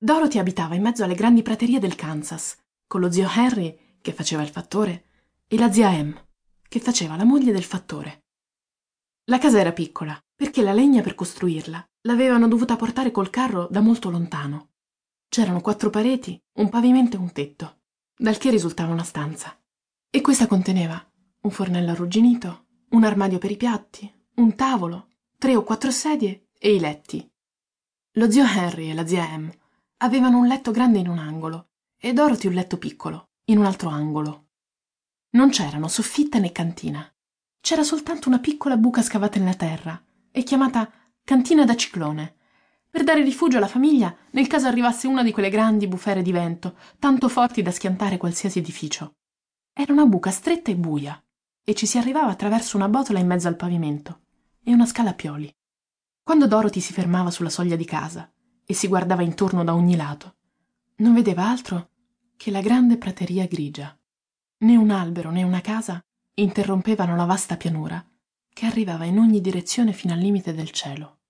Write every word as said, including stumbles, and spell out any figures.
Dorothy abitava in mezzo alle grandi praterie del Kansas, con lo zio Henry, che faceva il fattore, e la zia Em, che faceva la moglie del fattore. La casa era piccola, perché la legna per costruirla l'avevano dovuta portare col carro da molto lontano. C'erano quattro pareti, un pavimento e un tetto, dal che risultava una stanza. E questa conteneva un fornello arrugginito, un armadio per i piatti, un tavolo, tre o quattro sedie e i letti. Lo zio Henry e la zia Em avevano un letto grande in un angolo e Dorothy un letto piccolo in un altro angolo. Non c'erano soffitta né cantina. C'era soltanto una piccola buca scavata nella terra e chiamata cantina da ciclone, per dare rifugio alla famiglia nel caso arrivasse una di quelle grandi bufere di vento, tanto forti da schiantare qualsiasi edificio. Era una buca stretta e buia, e ci si arrivava attraverso una botola in mezzo al pavimento e una scala a pioli. Quando Dorothy si fermava sulla soglia di casa e si guardava intorno da ogni lato, non vedeva altro che la grande prateria grigia. Né un albero né una casa interrompevano la vasta pianura che arrivava in ogni direzione fino al limite del cielo.